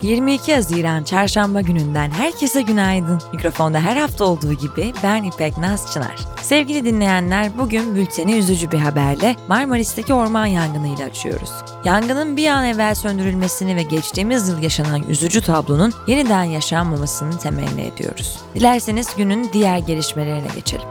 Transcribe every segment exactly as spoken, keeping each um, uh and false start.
yirmi iki Haziran Çarşamba gününden herkese günaydın. Mikrofonda her hafta olduğu gibi ben İpek Naz Çınar. Sevgili dinleyenler, bugün bülteni üzücü bir haberle Marmaris'teki orman yangınıyla açıyoruz. Yangının bir an evvel söndürülmesini ve geçtiğimiz yıl yaşanan üzücü tablonun yeniden yaşanmamasını temenni ediyoruz. Dilerseniz günün diğer gelişmelerine geçelim.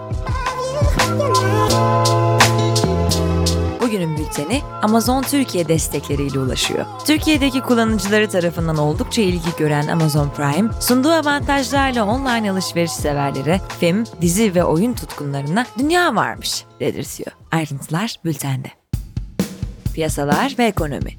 Bugünün bülteni Amazon Türkiye destekleriyle ulaşıyor. Türkiye'deki kullanıcıları tarafından oldukça ilgi gören Amazon Prime, sunduğu avantajlarla online alışveriş severlere, film, dizi ve oyun tutkunlarına dünya varmış dedirtiyor. Ayrıntılar bültende. Piyasalar ve ekonomi.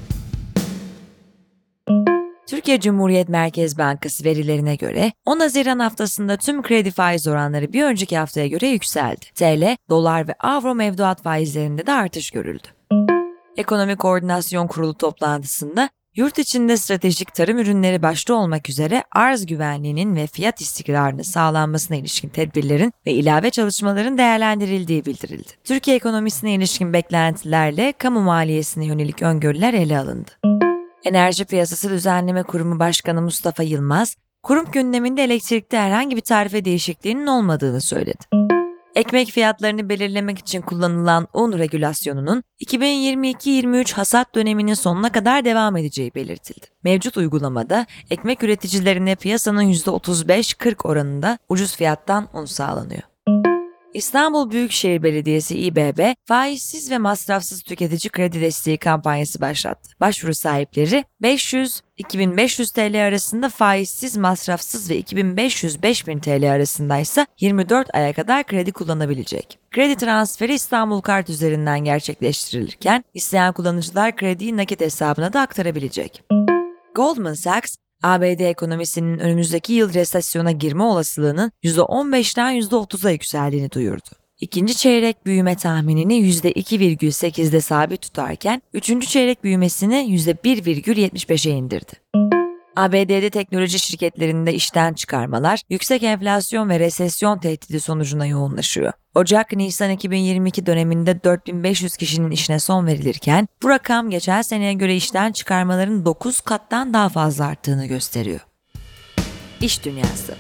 Türkiye Cumhuriyet Merkez Bankası verilerine göre on Haziran haftasında tüm kredi faiz oranları bir önceki haftaya göre yükseldi. T L, dolar ve avro mevduat faizlerinde de artış görüldü. Ekonomi Koordinasyon Kurulu toplantısında yurt içinde stratejik tarım ürünleri başta olmak üzere arz güvenliğinin ve fiyat istikrarının sağlanmasına ilişkin tedbirlerin ve ilave çalışmaların değerlendirildiği bildirildi. Türkiye ekonomisine ilişkin beklentilerle kamu maliyesine yönelik öngörüler ele alındı. Enerji Piyasası Düzenleme Kurumu Başkanı Mustafa Yılmaz, kurum gündeminde elektrikte herhangi bir tarife değişikliğinin olmadığını söyledi. Ekmek fiyatlarını belirlemek için kullanılan un regülasyonunun iki bin yirmi iki yirmi üç hasat döneminin sonuna kadar devam edeceği belirtildi. Mevcut uygulamada ekmek üreticilerine piyasanın yüzde otuz beş kırk oranında ucuz fiyattan un sağlanıyor. İstanbul Büyükşehir Belediyesi İ B B, faizsiz ve masrafsız tüketici kredi desteği kampanyası başlattı. Başvuru sahipleri beş yüz iki bin beş yüz T L arasında faizsiz, masrafsız ve iki bin beş yüz beş bin T L arasındaysa yirmi dört aya kadar kredi kullanabilecek. Kredi transferi İstanbul Kart üzerinden gerçekleştirilirken, isteyen kullanıcılar krediyi nakit hesabına da aktarabilecek. Goldman Sachs, A B D ekonomisinin önümüzdeki yıl resesyona girme olasılığının yüzde on beşten yüzde otuza yükseldiğini duyurdu. İkinci çeyrek büyüme tahminini yüzde iki virgül sekizde sabit tutarken, üçüncü çeyrek büyümesini yüzde bir virgül yetmiş beşe indirdi. A B D'de teknoloji şirketlerinde işten çıkarmalar, yüksek enflasyon ve resesyon tehdidi sonucuna yoğunlaşıyor. Ocak-Nisan iki bin yirmi iki döneminde dört bin beş yüz kişinin işine son verilirken, bu rakam geçen seneye göre işten çıkarmaların dokuz kattan daha fazla arttığını gösteriyor. İş dünyası.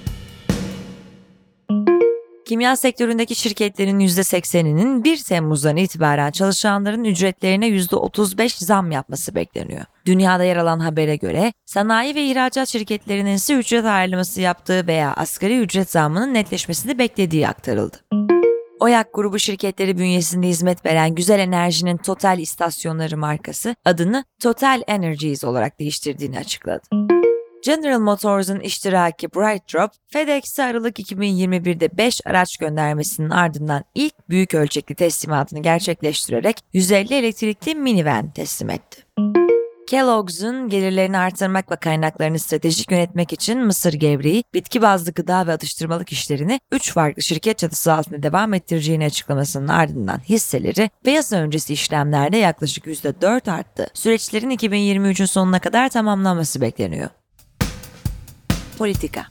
Kimya sektöründeki şirketlerin yüzde sekseninin bir Temmuz'dan itibaren çalışanların ücretlerine yüzde otuz beş zam yapması bekleniyor. Dünyada yer alan habere göre sanayi ve ihracat şirketlerinin ise ücret ayarlaması yaptığı veya asgari ücret zammının netleşmesini beklediği aktarıldı. OYAK grubu şirketleri bünyesinde hizmet veren Güzel Enerji'nin Total istasyonları markası adını Total Energies olarak değiştirdiğini açıkladı. General Motors'un iştiraki BrightDrop, FedEx'e Aralık iki bin yirmi birde beş araç göndermesinin ardından ilk büyük ölçekli teslimatını gerçekleştirerek yüz elli elektrikli minivan teslim etti. Kellogg's'un gelirlerini artırmak ve kaynaklarını stratejik yönetmek için mısır gevreği, bitki bazlı gıda ve atıştırmalık işlerini üç farklı şirket çatısı altında devam ettireceğini açıklamasının ardından hisseleri piyasa öncesi işlemlerde yaklaşık yüzde dört arttı. Süreçlerin iki bin yirmi üçün sonuna kadar tamamlanması bekleniyor. Politika.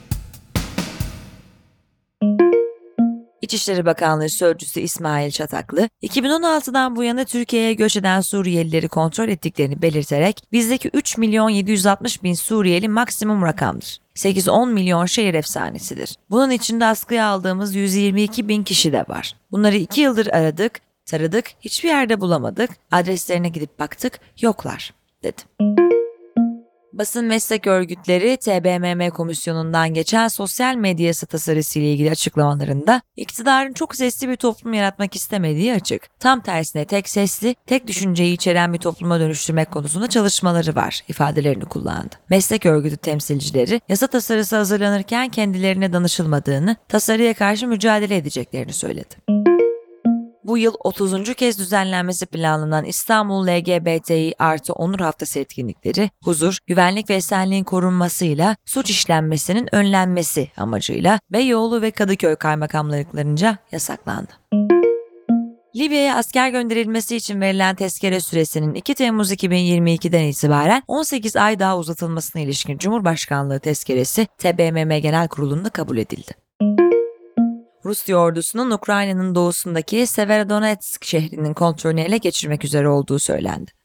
İçişleri Bakanlığı Sözcüsü İsmail Çataklı, iki bin on altıdan bu yana Türkiye'ye göç eden Suriyelileri kontrol ettiklerini belirterek, bizdeki üç milyon yedi yüz altmış bin Suriyeli maksimum rakamdır. sekiz on milyon şehir efsanesidir. Bunun içinde askıya aldığımız yüz yirmi iki bin kişi de var. Bunları iki yıldır aradık, taradık, hiçbir yerde bulamadık, adreslerine gidip baktık, yoklar, dedi. Basın meslek örgütleri T B M M Komisyonu'ndan geçen sosyal medya yasa tasarısı ile ilgili açıklamalarında iktidarın çok sesli bir toplum yaratmak istemediği açık. Tam tersine tek sesli, tek düşünceyi içeren bir topluma dönüştürmek konusunda çalışmaları var ifadelerini kullandı. Meslek örgütü temsilcileri yasa tasarısı hazırlanırken kendilerine danışılmadığını, tasarıya karşı mücadele edeceklerini söyledi. Bu yıl otuzuncu kez düzenlenmesi planlanan İstanbul L G B T İ artı onur haftası etkinlikleri, huzur, güvenlik ve esenliğin korunmasıyla suç işlenmesinin önlenmesi amacıyla Beyoğlu ve Kadıköy kaymakamlıklarınca yasaklandı. Libya'ya asker gönderilmesi için verilen tezkere süresinin iki Temmuz iki bin yirmi ikiden itibaren on sekiz ay daha uzatılmasına ilişkin Cumhurbaşkanlığı tezkeresi T B M M Genel Kurulu'nda kabul edildi. Rusya ordusunun Ukrayna'nın doğusundaki Severodonetsk şehrinin kontrolünü ele geçirmek üzere olduğu söylendi.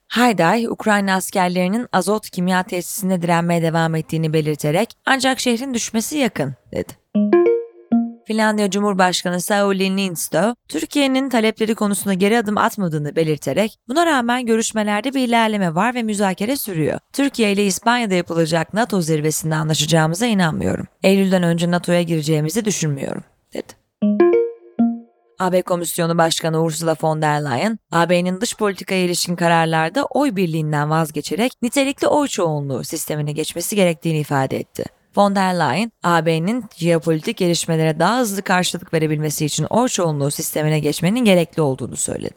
Hayday, Ukrayna askerlerinin Azot kimya tesisinde direnmeye devam ettiğini belirterek ancak şehrin düşmesi yakın dedi. Finlandiya Cumhurbaşkanı Sauli Niinisto, Türkiye'nin talepleri konusunda geri adım atmadığını belirterek buna rağmen görüşmelerde bir ilerleme var ve müzakere sürüyor. Türkiye ile İspanya'da yapılacak NATO zirvesinde anlaşacağımıza inanmıyorum. Eylül'den önce NATO'ya gireceğimizi düşünmüyorum, dedi. A B Komisyonu Başkanı Ursula von der Leyen, A B'nin dış politikaya ilişkin kararlarda oy birliğinden vazgeçerek nitelikli oy çoğunluğu sistemine geçmesi gerektiğini ifade etti. Von der Leyen, A B'nin jeopolitik gelişmelere daha hızlı karşılık verebilmesi için oy çoğunluğu sistemine geçmenin gerekli olduğunu söyledi.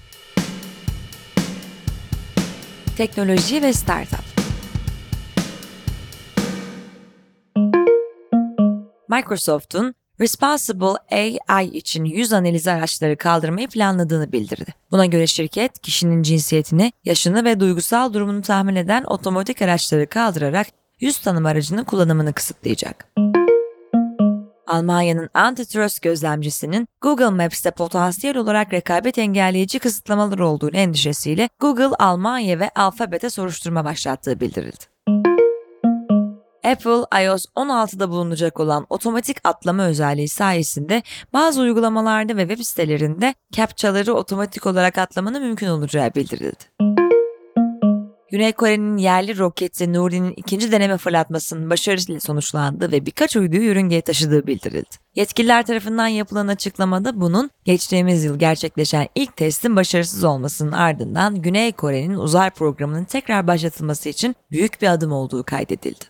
Teknoloji ve Startup. Microsoft'un Responsible A I için yüz analizi araçları kaldırmayı planladığını bildirdi. Buna göre şirket, kişinin cinsiyetini, yaşını ve duygusal durumunu tahmin eden otomatik araçları kaldırarak yüz tanım aracının kullanımını kısıtlayacak. Almanya'nın antitrust gözlemcisinin Google Maps'te potansiyel olarak rekabet engelleyici kısıtlamalar olduğu endişesiyle Google, Almanya ve Alphabet'e soruşturma başlattığı bildirildi. Apple, i O S on altıda bulunacak olan otomatik atlama özelliği sayesinde bazı uygulamalarda ve web sitelerinde captchaları otomatik olarak atlamanın mümkün olacağı bildirildi. Güney Kore'nin yerli roketi Nuri'nin ikinci deneme fırlatmasının başarıyla sonuçlandığı ve birkaç uyduyu yörüngeye taşıdığı bildirildi. Yetkililer tarafından yapılan açıklamada bunun geçtiğimiz yıl gerçekleşen ilk testin başarısız olmasının ardından Güney Kore'nin uzay programının tekrar başlatılması için büyük bir adım olduğu kaydedildi.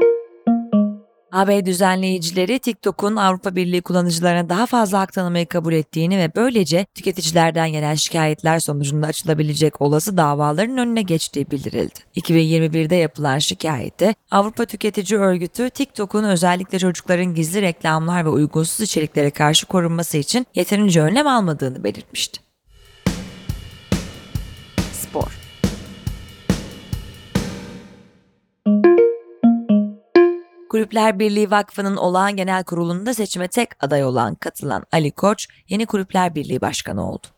A B düzenleyicileri TikTok'un Avrupa Birliği kullanıcılarına daha fazla hak tanımayı kabul ettiğini ve böylece tüketicilerden gelen şikayetler sonucunda açılabilecek olası davaların önüne geçtiği bildirildi. iki bin yirmi birde yapılan şikayette Avrupa Tüketici Örgütü TikTok'un özellikle çocukların gizli reklamlar ve uygunsuz içeriklere karşı korunması için yeterince önlem almadığını belirtmişti. Spor. Kulüpler Birliği Vakfı'nın olağan genel kurulunda seçime tek aday olan katılan Ali Koç, yeni Kulüpler Birliği Başkanı oldu.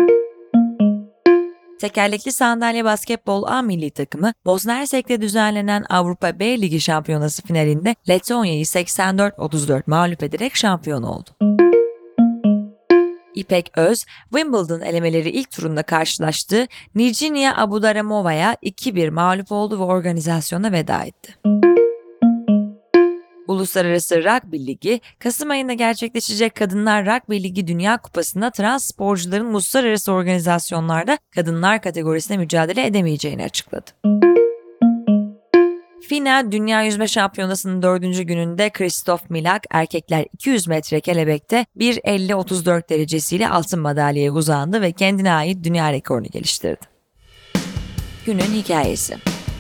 Tekerlekli sandalye basketbol A milli takımı, Bosna Hersek'te düzenlenen Avrupa B Ligi şampiyonası finalinde Letonya'yı seksen dört otuz dört mağlup ederek şampiyon oldu. İpek Öz, Wimbledon elemeleri ilk turunda karşılaştığı Nijinja Abudaramova'ya iki bir mağlup oldu ve organizasyona veda etti. Uluslararası Rugby Ligi, Kasım ayında gerçekleşecek Kadınlar Rugby Ligi Dünya Kupası'nda trans sporcuların uluslararası organizasyonlarda kadınlar kategorisinde mücadele edemeyeceğini açıkladı. FINA Dünya Yüzme Şampiyonası'nın dördüncü gününde Kristof Milak erkekler iki yüz metre kelebekte bir elli otuz dört derecesiyle altın madalyaya uzandı ve kendine ait dünya rekorunu geliştirdi. Günün hikayesi.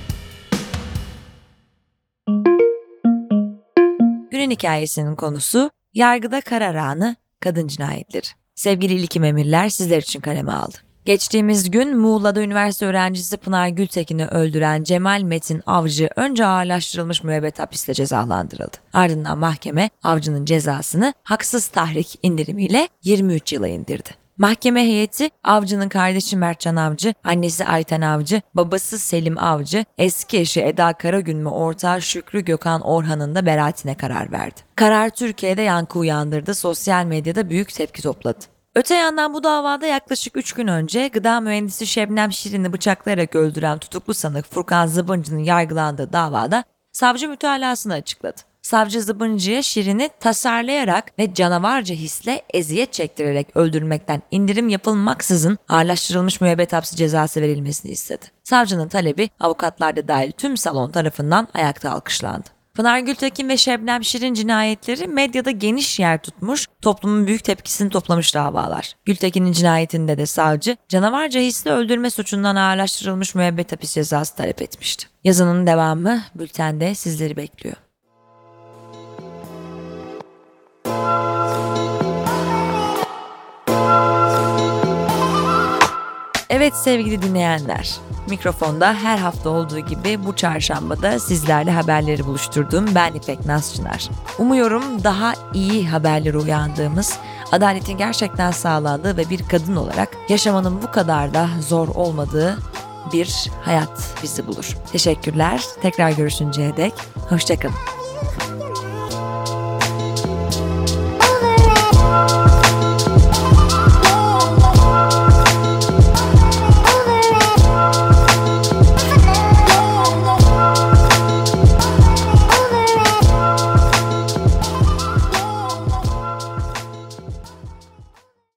Günün hikayesinin konusu yargıda karar anı, kadın cinayetleri. Sevgili İlkim Emirler sizler için kaleme aldı. Geçtiğimiz gün Muğla'da üniversite öğrencisi Pınar Gültekin'i öldüren Cemal Metin Avcı önce ağırlaştırılmış müebbet hapisle cezalandırıldı. Ardından mahkeme Avcı'nın cezasını haksız tahrik indirimiyle yirmi üç yıla indirdi. Mahkeme heyeti Avcı'nın kardeşi Mertcan Avcı, annesi Ayten Avcı, babası Selim Avcı, eski eşi Eda Karagün ve ortağı Şükrü Gökhan Orhan'ın da beraatine karar verdi. Karar Türkiye'de yankı uyandırdı, sosyal medyada büyük tepki topladı. Öte yandan bu davada yaklaşık üç gün önce gıda mühendisi Şebnem Şirin'i bıçaklayarak öldüren tutuklu sanık Furkan Zıbıncı'nın yargılandığı davada savcı mütalasını açıkladı. Savcı Zıbıncı'ya Şirin'i tasarlayarak ve canavarca hisle eziyet çektirerek öldürmekten indirim yapılmaksızın ağırlaştırılmış müebbet hapsi cezası verilmesini istedi. Savcının talebi avukatlar da dahil tüm salon tarafından ayakta alkışlandı. Pınar Gültekin ve Şebnem Şirin cinayetleri medyada geniş yer tutmuş, toplumun büyük tepkisini toplamış davalar. Gültekin'in cinayetinde de savcı, canavarca hisle öldürme suçundan ağırlaştırılmış müebbet hapis cezası talep etmişti. Yazının devamı bültende sizleri bekliyor. Evet sevgili dinleyenler, mikrofonda her hafta olduğu gibi bu çarşambada sizlerle haberleri buluşturduğum ben İpek Naz Çınar. Umuyorum daha iyi haberlere uyandığımız, adaletin gerçekten sağlandığı ve bir kadın olarak yaşamanın bu kadar da zor olmadığı bir hayat bizi bulur. Teşekkürler. Tekrar görüşünceye dek hoşça kalın.